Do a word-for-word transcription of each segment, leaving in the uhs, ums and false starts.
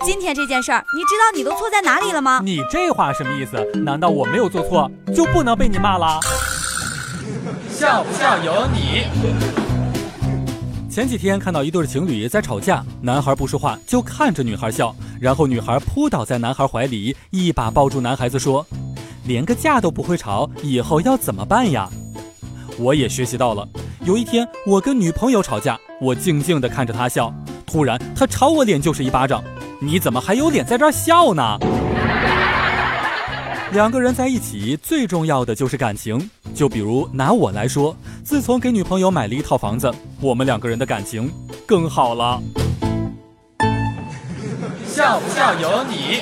今天这件事儿，你知道你都错在哪里了吗？ 你这话什么意思？难道我没有做错就不能被你骂了？ 笑不笑由你。 前几天看到一对情侣在吵架，男孩不说话就看着女孩笑，然后女孩扑倒在男孩怀里，一把抱住男孩子说，连个架都不会吵，以后要怎么办呀？我也学习到了。有一天我跟女朋友吵架，我静静地看着她笑，突然她朝我脸就是一巴掌，你怎么还有脸在这儿笑呢？两个人在一起最重要的就是感情，就比如拿我来说，自从给女朋友买了一套房子，我们两个人的感情更好了。 笑不笑由你。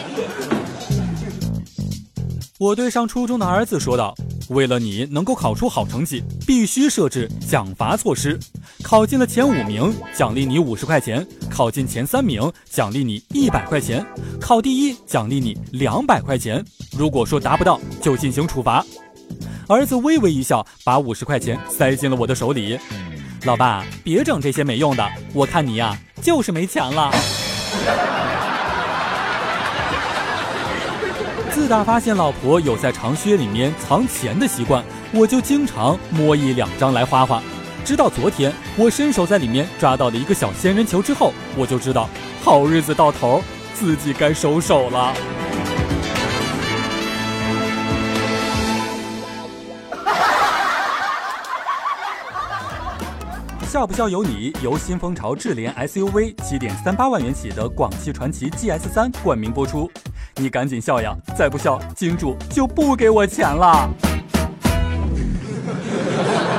我对上初中的儿子说道，为了你能够考出好成绩，必须设置奖罚措施。考进了前五名，奖励你五十块钱；考进前三名，奖励你一百块钱；考第一，奖励你两百块钱。如果说达不到，就进行处罚。儿子微微一笑，把五十块钱塞进了我的手里。老爸，别整这些没用的，我看你呀，就是没钱了。自打发现老婆有在长靴里面藏钱的习惯，我就经常摸一两张来花花。直到昨天，我伸手在里面抓到了一个小仙人球之后，我就知道好日子到头，自己该收手了。笑不笑由你，由新风潮智联 S U V 七点三八万元起的广汽传祺 G S 三冠名播出。你赶紧笑呀，再不笑，金主就不给我钱了。